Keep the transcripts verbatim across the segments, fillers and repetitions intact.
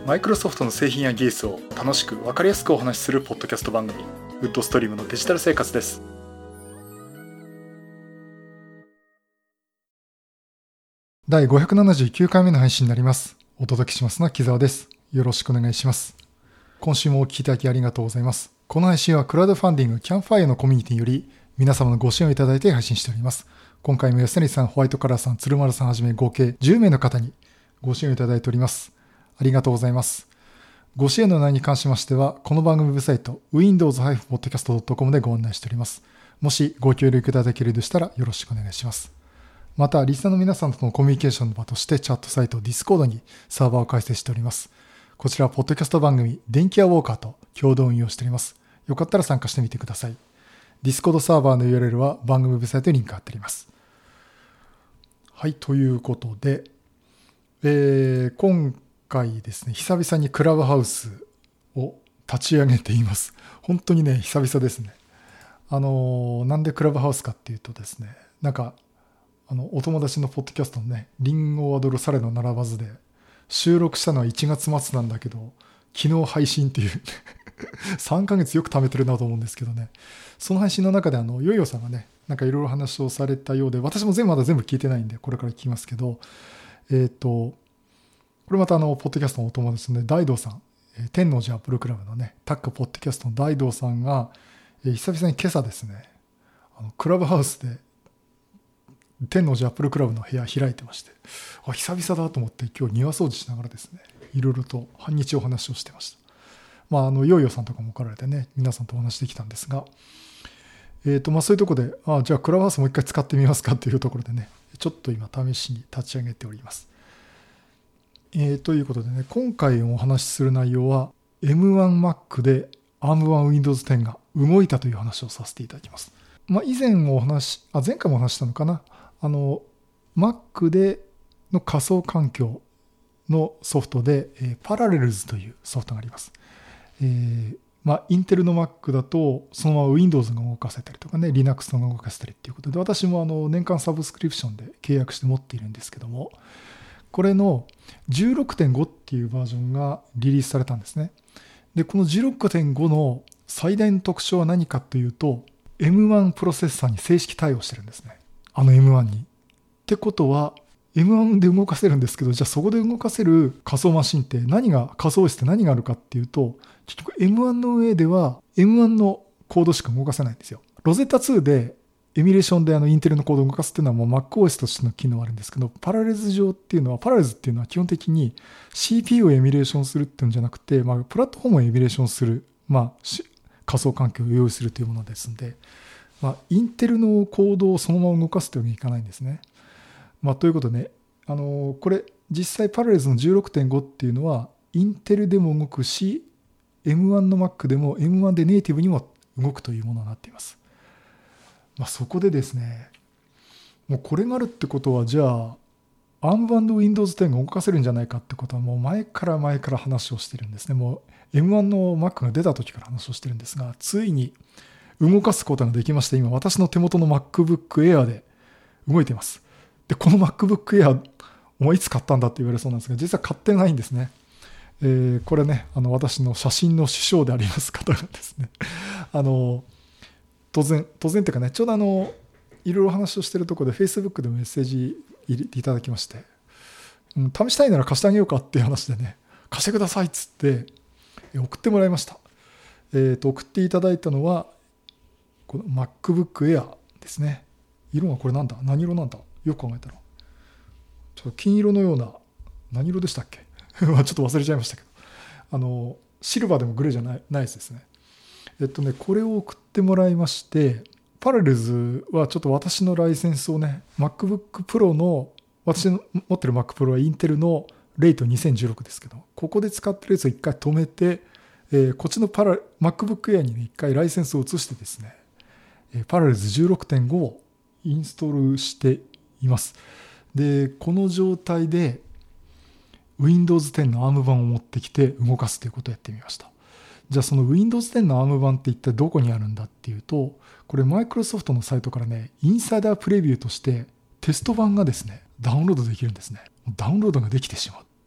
マイクロソフトの製品や技術を楽しく分かりやすくお話しするポッドキャスト番組、ウッドストリームのデジタル生活です。 だいごひゃくななじゅうきゅうかいめの配信になります。お届けしますのは木澤です。よろしくお願いします。今週もお聞きいただきありがとうございます。この配信はクラウドファンディングキャンファイアのコミュニティより皆様のご支援をいただいて配信しております。今回も吉成さん、ホワイトカラーさん、鶴丸さんはじめ合計じゅうめいの方にご支援をいただいております。ありがとうございます。ご支援の内容に関しましては、この番組ウェブサイト ウィンドウズ ポッドキャスト ドットコム でご案内しております。もしご協力いただけるでしたらよろしくお願いします。また、リスナーの皆さんとのコミュニケーションの場としてチャットサイト Discord にサーバーを開設しております。こちらはポッドキャスト番組電気屋ウォーカーと共同運用しております。よかったら参加してみてください。Discord サーバーの ユーアールエル は番組ウェブサイトにリンク貼ってあります。はい、ということで、えー、今回ですね、久々にクラブハウスを立ち上げています。本当にね、久々ですね。あのー、なんでクラブハウスかっていうとですね、なんか、あの、お友達のポッドキャストのね、リンゴを踊る猿の並ばずで、収録したのはいちがつ末なんだけど、昨日配信っていうさんかげつよく貯めてるなと思うんですけどね、その配信の中であのヨヨさんがね、なんかいろいろ話をされたようで、私も全部まだ全部聞いてないんでこれから聞きますけど、えっとこれまたあのポッドキャストのお友達のね、大道さん、天王寺アップルクラブのね、タックポッドキャストの大道さんが、えー、久々に今朝ですね、あのクラブハウスで天王寺アップルクラブの部屋開いてまして、あ、久々だと思って今日庭掃除しながらですね、いろいろと半日お話をしてました。まあ、あのヨーヨーさんとかも来られてね、皆さんとお話できたんですが、えーとまあ、そういうところで、あ、じゃあクラブハウスもう一回使ってみますかというところでね、ちょっと今試しに立ち上げております。えー、ということでね、今回お話しする内容は エムワンマック で アームワンウィンドウズテン が動いたという話をさせていただきます。まあ、以前もお話、あ、前回もお話したのかな、あの Mac での仮想環境のソフトで、えー、Parallels というソフトがあります。えーまあ、インテルの Mac だとそのまま Windows が動かせたりとかね、Linux が動かせたりっていうことで、私もあの年間サブスクリプションで契約して持っているんですけども、これの じゅうろくてんご っていうバージョンがリリースされたんですね。で、この じゅうろくてんご の最大の特徴は何かというと、エムワン プロセッサーに正式対応してるんですね。あの エムワン に。ってことは、エムワン で動かせるんですけど、じゃあそこで動かせる仮想マシンって何が、仮想 オーエス って何があるかっていうと、結局 エムワン の上では エムワン のコードしか動かせないんですよ。ロゼッタツーでエミュレーションであのインテルのコードを動かすっていうのはもう MacOS としての機能があるんですけど、パラレルズ上っていうのは、パラレルズっていうのは基本的に シーピーユー をエミュレーションするっていうんじゃなくて、まあ、プラットフォームをエミュレーションする、まあ、仮想環境を用意するというものですので、まあ、インテルのコードをそのまま動かすというわけにいかないんですね。まあ、ということでね、あのこれ実際パラレルズの じゅうろくてんご っていうのはインテルでも動くし、 エムワン の Mac でも エムワン でネイティブにも動くというものになっています。まあ、そこでですね、もうこれがあるってことは、じゃあ アーム 版の ウィンドウズテン が動かせるんじゃないかってことはもう前から前から話をしてるんですね。もう エムワン の Mac が出た時から話をしてるんですが、ついに動かすことができまして、今私の手元の MacBook Air で動いています。で、この MacBook Air、お前いつ買ったんだって言われそうなんですが、実は買ってないんですね。えー、これね、あの私の写真の師匠であります方がですね、あの当然当然っていうかね、ちょうどあのいろいろ話をしているところで Facebook でメッセージ入れていただきまして、うん、試したいなら貸してあげようかっていう話でね、貸してくださいっつって送ってもらいました。えー、と送っていただいたのはこの MacBook Air ですね。色がこれなんだ、何色なんだ、よく考えたらちょっと金色のような、何色でしたっけちょっと忘れちゃいましたけど、あのシルバーでもグレーじゃない、ないやつですね。えっとねこれを送ってもらいまして、パラレルズはちょっと私のライセンスをね、 MacBook Pro の、私の持ってる Mac Pro はインテルのレイトにせんじゅうろくですけど、ここで使ってるやつを一回止めて、えー、こっちのパラ MacBook Air にね一回ライセンスを移してですね、パラレルズ じゅうろくてんご をインストールしています。で、この状態で ウィンドウズテン の アーム 版を持ってきて動かすということをやってみました。じゃあその ウィンドウズテン の アーム 版って一体どこにあるんだっていうと、これマイクロソフトのサイトからね、インサイダープレビューとしてテスト版がですね、ダウンロードできるんですね。ダウンロードができてしまう。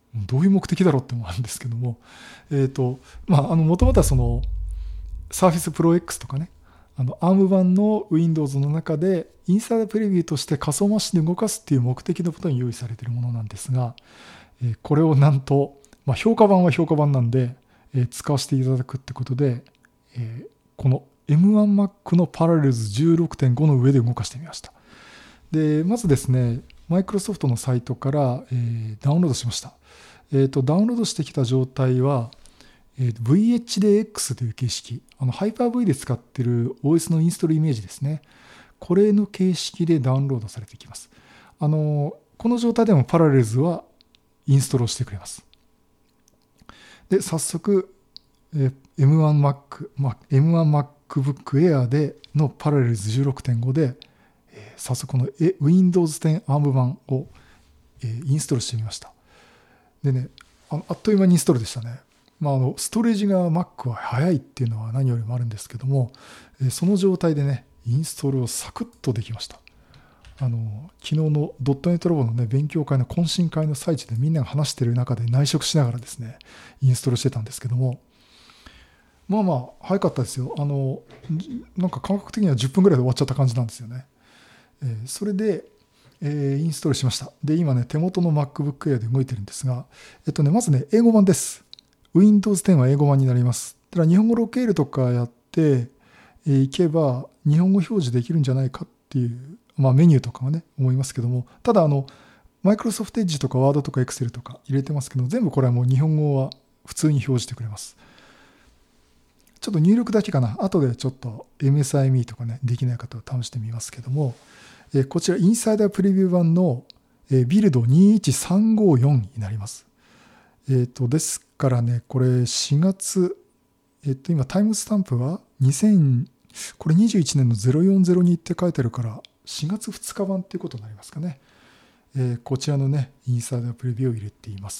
どういう目的だろうってもあるんですけども、えっと、まあ、あの、もともとはその、Surface Pro X とかね、あの、アーム 版の Windows の中で、インサイダープレビューとして仮想マシンで動かすっていう目的のことに用意されているものなんですが、えーこれをなんと、まあ、評価版は評価版なんで、えー使わせていただくってことで、えーこの エムワン Mac の Parallels じゅうろくてんご の上で動かしてみました。で、まずですね、マイクロソフトのサイトから、えーダウンロードしました。えーと、ダウンロードしてきた状態は、えー ブイエイチディーエックス という形式、あの ハイパーブイ で使っている オーエス のインストールイメージですね。これの形式でダウンロードされてきます。あの、この状態でも Parallels はインストールをしてくれます。で、早速、えー エムワン Mac、まあ、エムワン MacBook Air での Parallels じゅうろくてんご で、えー早速この Windows テン アーム 版を、えーインストールしてみました。でね、あ、あっという間にインストールでしたね。まあ、あのストレージが Mac は速いっていうのは何よりもあるんですけども、えーその状態でね、インストールをサクッとできました。あの昨日のドットネットラボの、ね、勉強会の懇親会の最中でみんなが話している中で内職しながらですね、インストールしてたんですけども、まあまあ早かったですよ。あのなんか感覚的にはじゅっぷんぐらいで終わっちゃった感じなんですよね。えーそれで、えーインストールしました。で、今ね、手元の MacBook Air で動いてるんですが、えっとね、まずね、英語版です。Windows テンは英語版になります。ただ日本語ロケールとかやっていけば、日本語表示できるんじゃないかっていう、まあメニューとかはね、思いますけども、ただあの、Microsoft Edge とか Word とか Excel とか入れてますけど、全部これはもう日本語は普通に表示してくれます。ちょっと入力だけかな。後でちょっと エムエスアイエムイー とかね、できない方を試してみますけども、えこちらインサイダープレビュー版のビルドにいちさんごよんになります。えっ、ー、と、ですからね、これしがつ、えっ、ー、と、今タイムスタンプはにせん、これにじゅういちねんのゼロよんゼロにって書いてあるから、しがつふつか版っていうことになりますかね。えー、こちらのね、インサイダープレビューを入れています。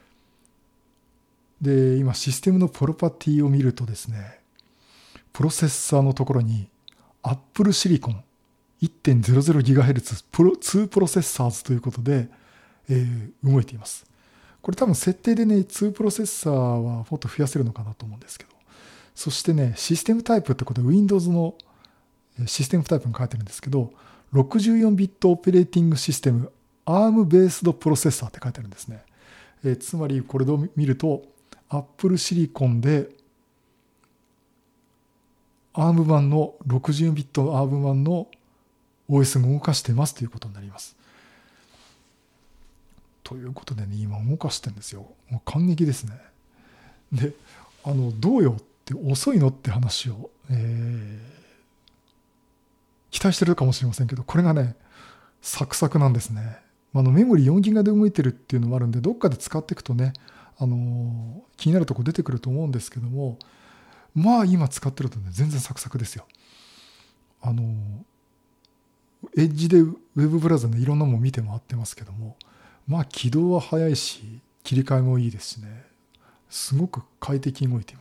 で、今システムのプロパティを見るとですね、プロセッサーのところに Apple Siliconいってんゼロゼロギガヘルツ プロツープロセッサーズということで、えー、動いています。これ多分設定でね、ツープロセッサーはもっと増やせるのかなと思うんですけど。そしてね、システムタイプってことで Windows のシステムタイプに書いてるんですけど、ろくじゅうよんビットオペレーティングシステム アーム ベースドプロセッサーって書いてあるんですね。えー、つまりこれを見ると、Apple Silicon で アーム 版のろくじゅうよんビット アーム 版の オーエス が動かしてますということになります。ということでね、今動かしてるんですよ。もう感激ですね。で、あの、どうよって遅いのって話を、えー、期待してるかもしれませんけど、これがね、サクサクなんですね。あのメモリよんギガで動いてるっていうのもあるんで、どっかで使っていくとね、あの気になるとこ出てくると思うんですけども、まあ今使ってるとね、全然サクサクですよ。あのエッジでウェブブラウザでいろんなもの見て回ってますけども、まあ起動は早いし、切り替えもいいですしね、すごく快適に動いています。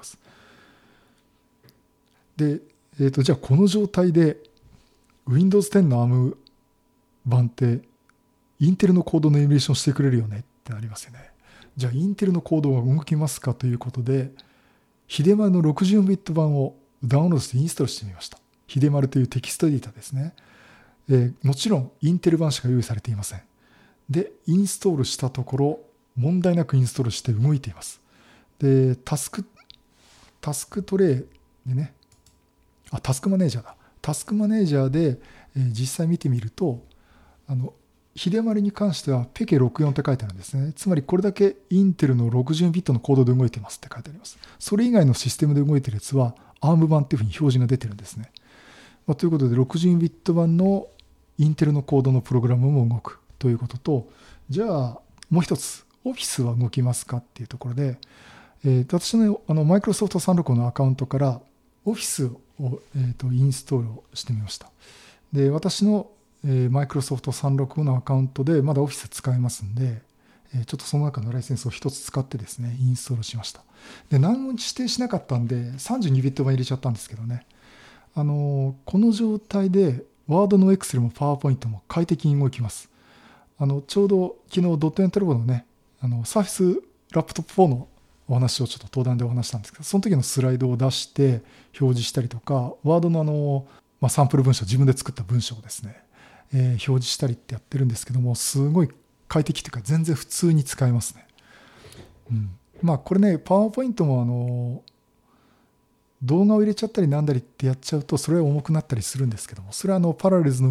で、えーと、じゃあこの状態で Windows テンの アーム 版ってインテルのコードのエミュレーションしてくれるよねってなりますよね。じゃあインテルのコードが動きますかということで、秀丸のろくじゅうよんビット版をダウンロードしてインストールしてみました。秀丸というテキストエディターですね。えー、もちろんインテル版しか用意されていません。で、インストールしたところ、問題なくインストールして動いています。で、タスク、タスクトレイでね、あ、タスクマネージャーだ。タスクマネージャーで、えー、実際見てみると、あの、秀丸に関してはペケろくじゅうよんって書いてあるんですね。つまりこれだけインテルのろくじゅうよんビットのコードで動いてますって書いてあります。それ以外のシステムで動いてるやつは アーム 版っていうふうに表示が出てるんですね。まあ、ということでろくじゅうよんビット版のインテルのコードのプログラムも動くということと、じゃあもう一つ、Office は動きますかっていうところで、えー、私のあの マイクロソフトさんろくごのアカウントから Office を、えー、とインストールをしてみました。で、私のマイクロソフトさんろくごのアカウントでまだ Office 使えますんで、ちょっとその中のライセンスを一つ使ってですね、インストールしました。で、何も指定しなかったんで、さんじゅうにビット版入れちゃったんですけどね。あの、この状態で Word の Excel も PowerPoint も快適に動きます。あの、ちょうど昨日ドットネットラボのね、 あの Surface ラップトップフォーのお話をちょっと登壇でお話したんですけど、その時のスライドを出して表示したりとか、ワードのあの、まあ、サンプル文章、自分で作った文章をですね、えー、表示したりってやってるんですけども、すごい快適っていうか全然普通に使えますね。うん、まあこれね、パワーポイントもあの動画を入れちゃったりなんだりってやっちゃうとそれは重くなったりするんですけども、それはあのパラレルズの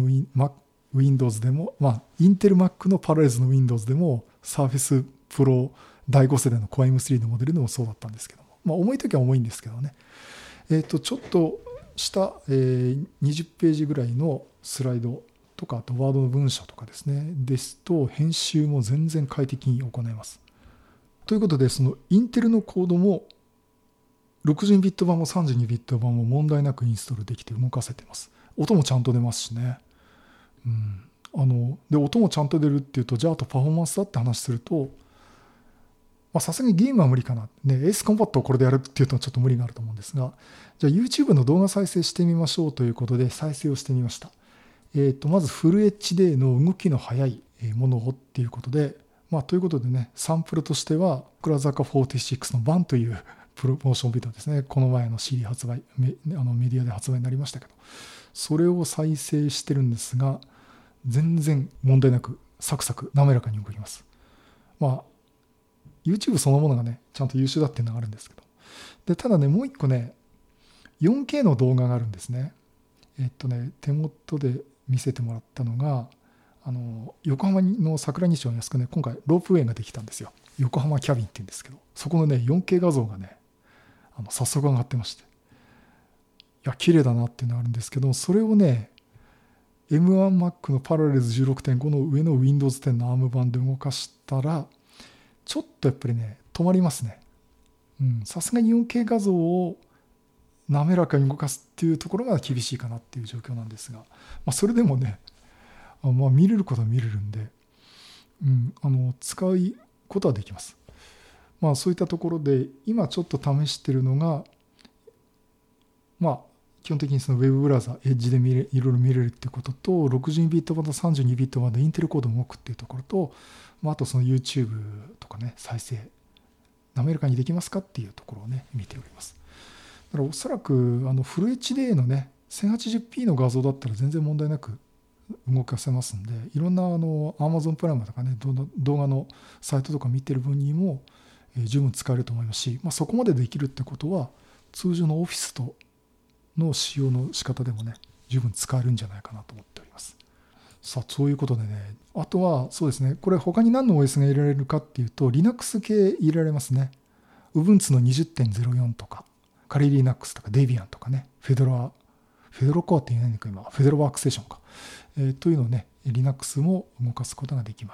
Windows でも、まあインテル Mac のパラレルズの Windows でも Surface Proだいご世代の Core エムスリー のモデルでもそうだったんですけども、まあ重い時は重いんですけどね。えっとちょっとしたえーにじゅっページぐらいのスライドとか、あとワードの文章とかですねですと、編集も全然快適に行えます。ということで、そのインテルのコードもろくじゅうビット版もさんじゅうにビット版も問題なくインストールできて動かせてます。音もちゃんと出ますしね。うん、あので音もちゃんと出るっていうと、じゃああとパフォーマンスだって話すると、さすがにゲームは無理かな、ね、エースコンバットをこれでやるっていうとちょっと無理があると思うんですが、じゃあ YouTube の動画再生してみましょうということで再生をしてみました。えー、とまずフル エイチディー の動きの速いものをっていうことで、まあ、ということでね、サンプルとしては桜坂フォーティシックスのバンというプロモーションビデオですね。この前の シーディー 発売、メあのメディアで発売になりましたけど、それを再生してるんですが、全然問題なくサクサク滑らかに動きます。まあ YouTube そのものがねちゃんと優秀だっていうのがあるんですけど、でただね、もう一個ね よんケー の動画があるんですね。えっとね手元で見せてもらったのが、あの横浜の桜西を安くね、今回ロープウェイができたんですよ。横浜キャビンって言うんですけど、そこのね よんケー 画像がねあの早速上がってまして、いや綺麗だなっていうのがあるんですけど、それをね エムワン Mac の Parallels じゅうろくてんご の上の Windows テンの アーム 版で動かしたらちょっとやっぱりね止まりますね。さすがに よんケー 画像を滑らかに動かすっていうところが厳しいかなっていう状況なんですが、まあ、それでもね、まあ、見れることは見れるんで、うん、あの使うことはできます。まあそういったところで今ちょっと試してるのが、まあ基本的にそのウェブブラウザ、エッジで見れいろいろ見れるっていうことと、ろくじゅうビット版とさんじゅうにビット版でインテルコードも動くっていうところと、まあ、あとその YouTube とかね、再生滑らかにできますかっていうところをね見ております。だからおそらくあのフル エイチディー のね せんはちじゅうピー の画像だったら全然問題なく動かせますんで、いろんなあの Amazon プライムとかね動画のサイトとか見てる分にも十分使えると思いますし、まあ、そこまでできるってことは通常のオフィスとの使用の仕方でもね十分使えるんじゃないかなと思っております。さあそういうことでね、あとはそうですね、これ他に何の オーエス が入れられるかっていうと Linux 系入れられますね。Ubuntu の にじゅってんゼロよん とかカリー Linux とか Debian とかね、フェドラフェドロコアって言えないんだけど今フェドロワークステーションか、えー、というのをね Linux も動かすことができます。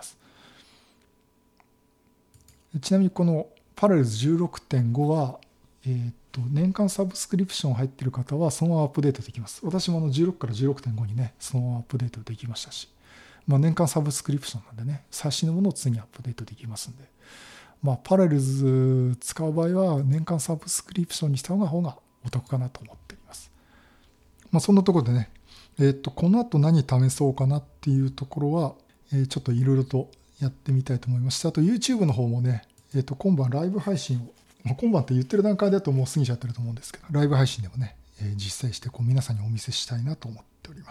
ちなみにこの Parallels じゅうろくてんご は、えー、と年間サブスクリプション入っている方はそのままアップデートできます。私もあのじゅうろくからじゅうろくてんごにねそのままアップデートできましたし、まあ、年間サブスクリプションなんでね最新のものを次にアップデートできますんで、まあ、Parallels 使う場合は年間サブスクリプションにした方がお得かなと思っています。まあ、そんなところでね、えー、とこの後何試そうかなっていうところは、えー、ちょっといろいろとやってみたいと思いました。あと YouTube の方もね、えー、と今晩ライブ配信を、まあ、今晩って言ってる段階だともう過ぎちゃってると思うんですけど、ライブ配信でもね、えー、実際してこう皆さんにお見せしたいなと思っております。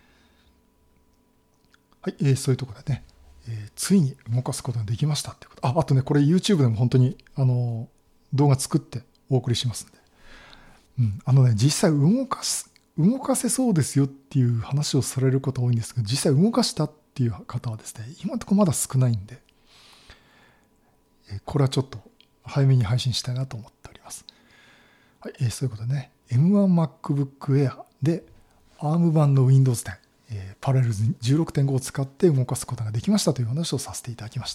はい、えー、そういうところでね、えー、ついに動かすことができましたってこと。あ、あとね、これ YouTube でも本当にあの動画作ってお送りしますんで、うん、あのね、実際動かす動かせそうですよっていう話をされること多いんですけど、実際動かしたっていう方はですね、今のところまだ少ないんで、これはちょっと早めに配信したいなと思っております。はい、えー、そういうことでね、エムワン MacBook Air で アーム 版の Windows テン、えー、Parallels じゅうろくてんご を使って動かすことができましたという話をさせていただきました。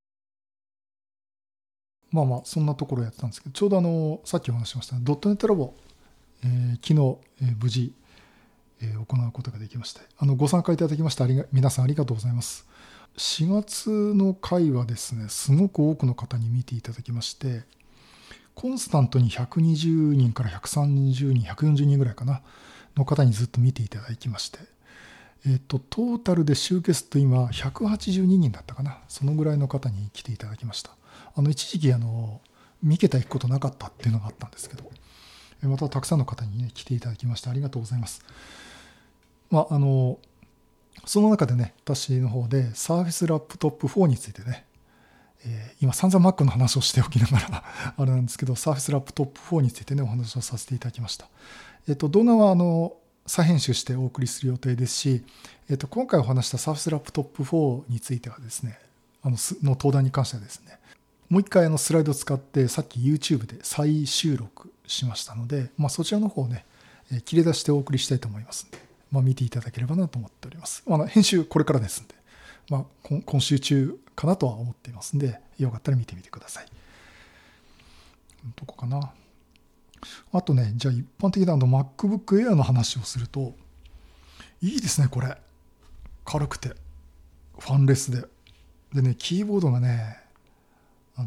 まあまあ、そんなところをやってたんですけど、ちょうどあの、さっきお話ししました、ドットネットラボ、えー、昨日、えー、無事、えー、行うことができまして、あのご参加いただきましてありが皆さんありがとうございます。しがつの回はですね、すごく多くの方に見ていただきまして、コンスタントにひゃくにじゅうにんからひゃくさんじゅうにん、ひゃくよんじゅうにんぐらいかな、の方にずっと見ていただきまして、 えっと、トータルで集結と今ひゃくはちじゅうににんだったかな。そのぐらいの方に来ていただきました。あの、一時期あの、三桁行くことなかったっていうのがあったんですけど、またたくさんの方にね、来ていただきましてありがとうございます。まあ、あの、その中でね、私の方で Surface Laptop フォーについてね、えー、今散々 Mac の話をしておきながらあれなんですけど、Surface Laptop フォーについてね、お話をさせていただきました。えっと、動画はあの、再編集してお送りする予定ですし、えっと、今回お話した Surface Laptop フォーについてはですね、あの、の登壇に関してはですね、もう一回あのスライドを使ってさっき YouTube で再収録しましたので、まあ、そちらの方をね、切り出してお送りしたいと思いますので、まあ、見ていただければなと思っております。まあ、編集これからですので、まあ、今週中かなとは思っていますので、よかったら見てみてください。どこかな。あとね、じゃあ一般的なあの MacBook Air の話をすると、いいですね、これ。軽くて、ファンレスで。でね、キーボードがね、あの、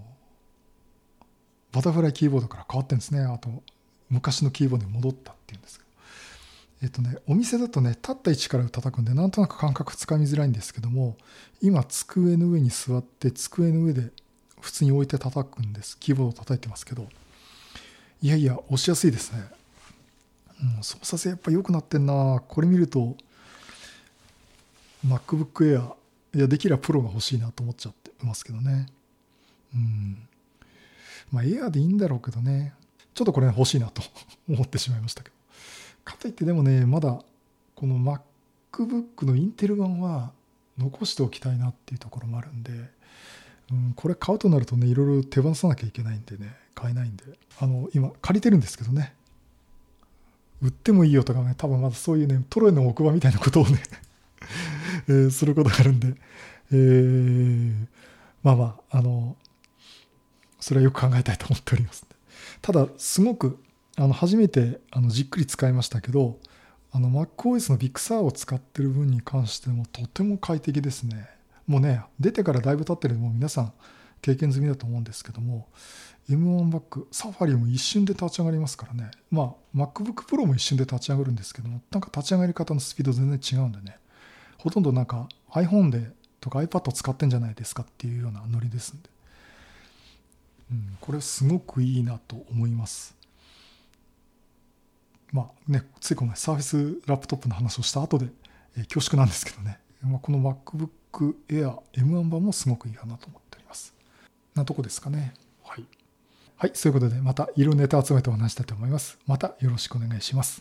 バタフライキーボードから変わってるんですね。あと、昔のキーボードに戻ったっていうんですけど。えっとね、お店だとね、立った位置から叩くんで、なんとなく感覚つかみづらいんですけども、今、机の上に座って、机の上で普通に置いて叩くんです。キーボードを叩いてますけど、いやいや、押しやすいですね。うん、操作性やっぱ良くなってんな。これ見ると、MacBook Air、いや、できればプロが欲しいなと思っちゃってますけどね。うん。まあ、Air でいいんだろうけどね。ちょっとこれ欲しいなと思ってしまいましたけど。かといってでもね、まだ、この MacBook のインテル版は残しておきたいなっていうところもあるんで、うん、これ買うとなるとね、いろいろ手放さなきゃいけないんでね、買えないんで、あの、今、借りてるんですけどね。売ってもいいよとかね、多分まだそういうね、トロイの奥歯みたいなことをね、えー、することがあるんで、えー、まあまあ、あの、それはよく考えたいと思っております。ただ、すごく、あの、初めて、あの、じっくり使いましたけど、あの、MacOS の Big Sur を使ってる分に関しても、とても快適ですね。もうね、出てからだいぶ経ってるのも皆さん経験済みだと思うんですけども、エムワン Mac、サファリも一瞬で立ち上がりますからね。まあ、MacBook Pro も一瞬で立ち上がるんですけども、なんか立ち上がり方のスピード全然違うんでね、ほとんどなんか iPhone でとか iPad を使ってんじゃないですかっていうようなノリですんで、うん、これすごくいいなと思います。まあね、ついこのサーフェスラップトップの話をした後で、えー、恐縮なんですけどね、まあ、この MacBook Air エムワン 版もすごくいいかなと思っております。なとこですかね。はい。はい、そういうことでまたいろいろネタ集めてお話したいと思います。またよろしくお願いします。